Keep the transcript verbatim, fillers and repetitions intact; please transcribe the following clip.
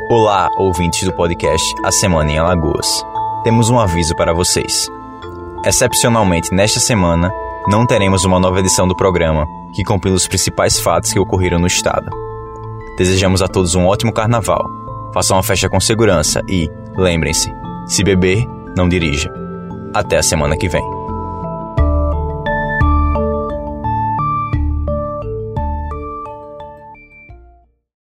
Olá, ouvintes do podcast A Semana em Alagoas. Temos um aviso para vocês. Excepcionalmente, nesta semana, não teremos uma nova edição do programa que compila os principais fatos que ocorreram no estado. Desejamos a todos um ótimo carnaval. Façam a festa com segurança e, lembrem-se, se beber, não dirija. Até a semana que vem.